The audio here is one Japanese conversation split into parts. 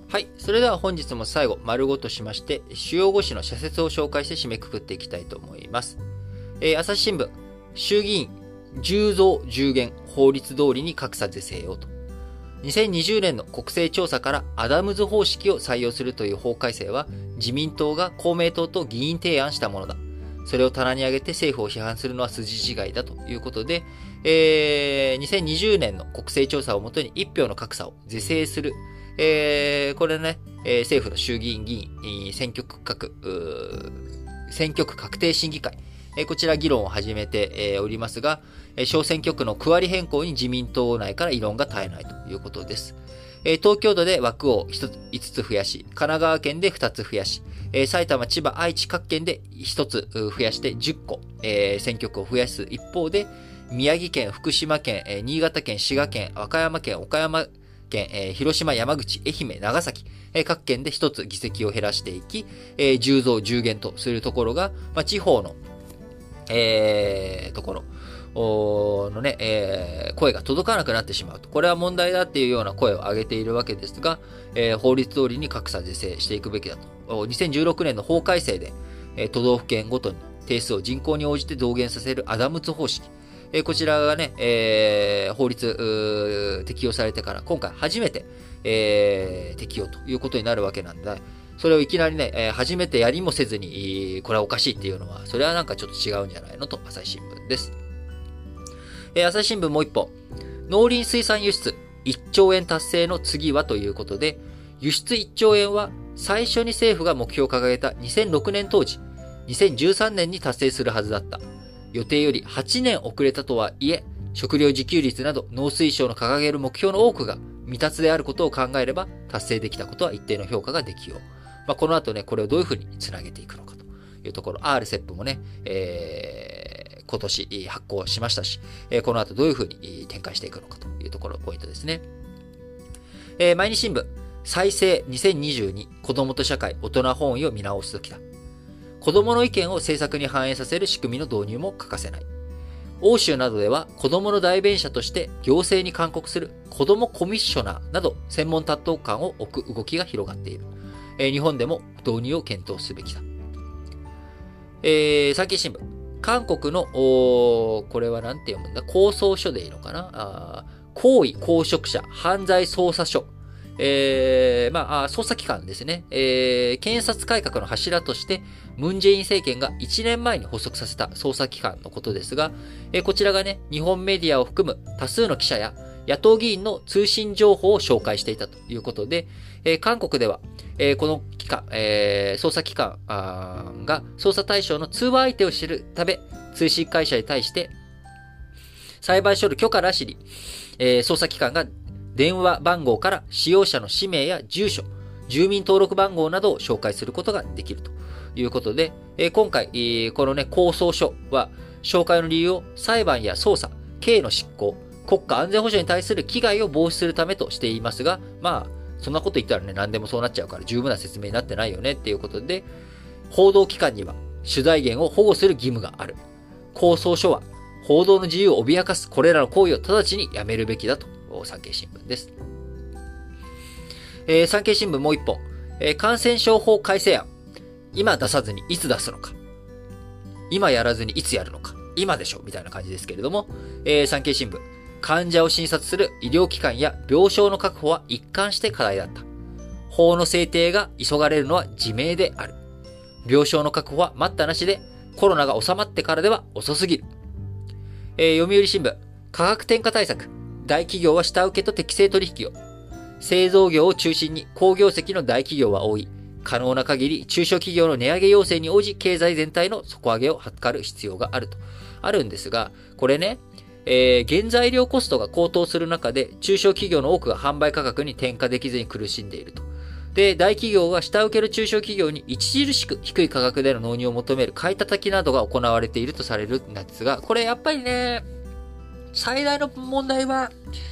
はい。それでは本日も最後、丸ごとしまして、主要5紙の社説を紹介して締めくくっていきたいと思います。朝日新聞、衆議院、10増10減、法律通りに格差是正をと。2020年の国勢調査からアダムズ方式を採用するという法改正は、自民党が公明党と議員提案したものだ。それを棚に上げて政府を批判するのは筋違いだということで、2020年の国勢調査をもとに1票の格差を是正する。これね、政府の衆議院議員、選挙区画定審議会、こちら議論を始めておりますが、小選挙区の区割り変更に自民党内から異論が絶えないということです。東京都で枠を5つ増やし、神奈川県で2つ増やし、埼玉、千葉、愛知各県で1つ増やして10個、選挙区を増やす一方で、宮城県、福島県、新潟県、滋賀県、和歌山県、岡山県、広島、山口、愛媛、長崎、各県で1つ議席を減らしていき、10増10減とするところが、地方の、ところのね、声が届かなくなってしまうと。これは問題だっていうような声を上げているわけですが、法律通りに格差是正していくべきだと。2016年の法改正で、都道府県ごとに定数を人口に応じて増減させるアダムズ方式。こちらがね、法律適用されてから今回初めて、適用ということになるわけなんで、それをいきなりね、初めてやりもせずに、これはおかしいっていうのは、それはなんかちょっと違うんじゃないのと、朝日新聞です。朝日新聞もう一本。農林水産輸出1兆円達成の次はということで、輸出1兆円は最初に政府が目標を掲げた2006年当時、2013年に達成するはずだった。予定より8年遅れたとはいえ、食料自給率など農水省の掲げる目標の多くが未達であることを考えれば、達成できたことは一定の評価ができよう。この後ね、これをどういうふうにつなげていくのかというところ、RCEP もね、今年発行しましたし、この後どういうふうに展開していくのかというところ、ポイントですね。毎日新聞、再生2022子どもと社会大人本位を見直すときだ。子どもの意見を政策に反映させる仕組みの導入も欠かせない。欧州などでは子どもの代弁者として行政に勧告する子どもコミッショナーなど専門担当官を置く動きが広がっている。日本でも導入を検討すべきだ。産経新聞。韓国の、これはなんて読むんだ、公捜署でいいのかな、高位公職者犯罪捜査署。捜査機関ですね。検察改革の柱として、ムン・ジェイン政権が1年前に発足させた捜査機関のことですが、こちらがね、日本メディアを含む多数の記者や野党議員の通信情報を紹介していたということで、韓国では、この機関、捜査機関が捜査対象の通話相手を知るため、通信会社に対して、裁判所の許可なしに、捜査機関が電話番号から使用者の氏名や住所、住民登録番号などを紹介することができるということで、今回、このね、公捜書は、紹介の理由を裁判や捜査、刑の執行、国家安全保障に対する危害を防止するためとしていますが、そんなこと言ったらね、何でもそうなっちゃうから十分な説明になってないよねっていうことで、報道機関には取材源を保護する義務がある。公捜書は、報道の自由を脅かすこれらの行為を直ちにやめるべきだと、産経新聞です。産経新聞もう一本。感染症法改正案。今出さずにいつ出すのか。今やらずにいつやるのか。今でしょみたいな感じですけれども、産経新聞。患者を診察する医療機関や病床の確保は一貫して課題だった。法の制定が急がれるのは自明である。病床の確保は待ったなしで、コロナが収まってからでは遅すぎる。読売新聞。価格転嫁対策。大企業は下請けと適正取引を。製造業を中心に好業績の大企業は多い。可能な限り中小企業の値上げ要請に応じ経済全体の底上げを図る必要があると。あるんですが、これね、原材料コストが高騰する中で中小企業の多くが販売価格に転嫁できずに苦しんでいると。で、大企業が下請ける中小企業に著しく低い価格での納入を求める買い叩きなどが行われているとされるんですが、これやっぱりね、最大の問題は、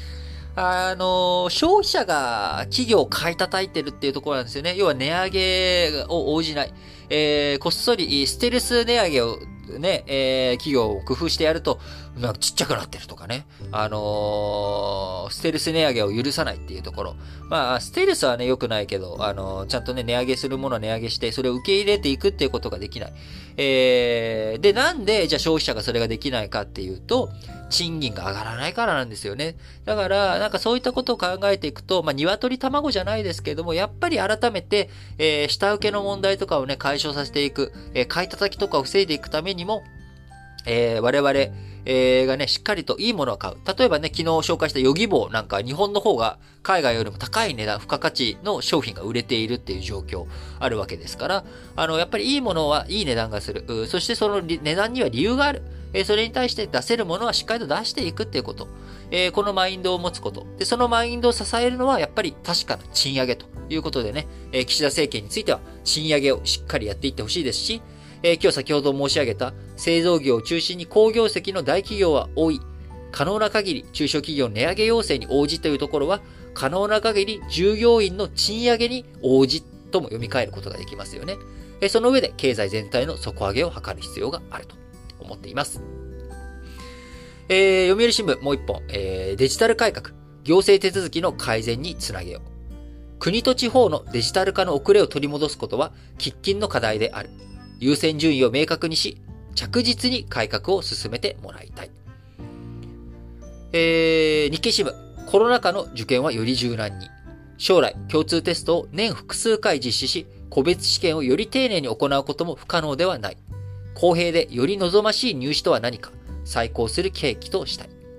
消費者が企業を買い叩いてるっていうところなんですよね。要は値上げを応じない。こっそりステルス値上げをね、企業を工夫してやると、なんかちっちゃくなってるとかね。ステルス値上げを許さないっていうところ。まあ、ステルスはね、良くないけど、ちゃんとね、値上げするものは値上げして、それを受け入れていくっていうことができない。で、なんで、じゃあ消費者がそれができないかっていうと、賃金が上がらないからなんですよね。だから、なんかそういったことを考えていくと、まあ、鶏卵じゃないですけども、やっぱり改めて、下請けの問題とかをね、解消させていく、買い叩きとかを防いでいくためにも、我々、がね、しっかりといいものを買う。例えばね、昨日紹介したヨギボーなんか日本の方が海外よりも高い値段、付加価値の商品が売れているっていう状況あるわけですから、やっぱりいいものはいい値段がする。そしてその値段には理由がある。それに対して出せるものはしっかりと出していくっていうこと。このマインドを持つこと。で、そのマインドを支えるのはやっぱり確かな賃上げということでね、岸田政権については賃上げをしっかりやっていってほしいですし、今日先ほど申し上げた製造業を中心に好業績の大企業は多い。可能な限り中小企業の値上げ要請に応じというところは、可能な限り従業員の賃上げに応じとも読み替えることができますよね。その上で経済全体の底上げを図る必要があると思っています。読売新聞もう一本、デジタル改革、行政手続きの改善につなげよう。国と地方のデジタル化の遅れを取り戻すことは喫緊の課題である。優先順位を明確にし、着実に改革を進めてもらいたい。日経新聞、コロナ禍の受験はより柔軟に。将来、共通テストを年複数回実施し、個別試験をより丁寧に行うことも不可能ではない。公平でより望ましい入試とは何か、再考する契機とした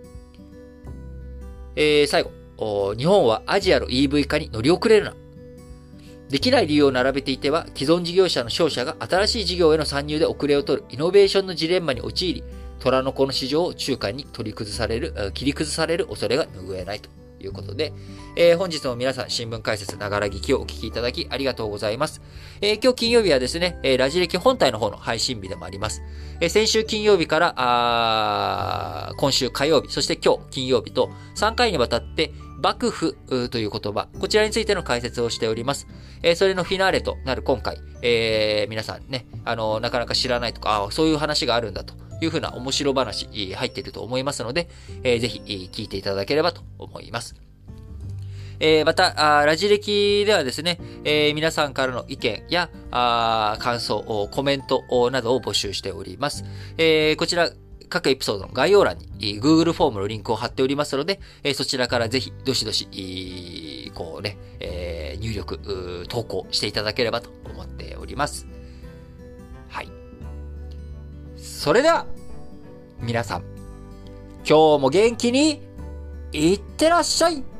い。最後、日本はアジアの EV 化に乗り遅れるな。できない理由を並べていては、既存事業者の商社が新しい事業への参入で遅れを取るイノベーションのジレンマに陥り、虎の子の市場を中間に切り崩される恐れが拭えないということで、本日も皆さん新聞解説ながら聞きをお聞きいただきありがとうございます。今日金曜日はですね、ラジ歴本体の方の配信日でもあります。先週金曜日から今週火曜日、そして今日金曜日と3回にわたって幕府という言葉、こちらについての解説をしております。それのフィナーレとなる今回、皆さんね、なかなか知らないとか、そういう話があるんだというふうな面白話入っていると思いますので、ぜひ聞いていただければと思います。また、ラジ歴ではですね、皆さんからの意見や感想、コメントなどを募集しております。こちら、各エピソードの概要欄に Google フォームのリンクを貼っておりますので、そちらからぜひどしどし、こうね、入力、投稿していただければと思っております。はい。それでは、皆さん、今日も元気にいってらっしゃい。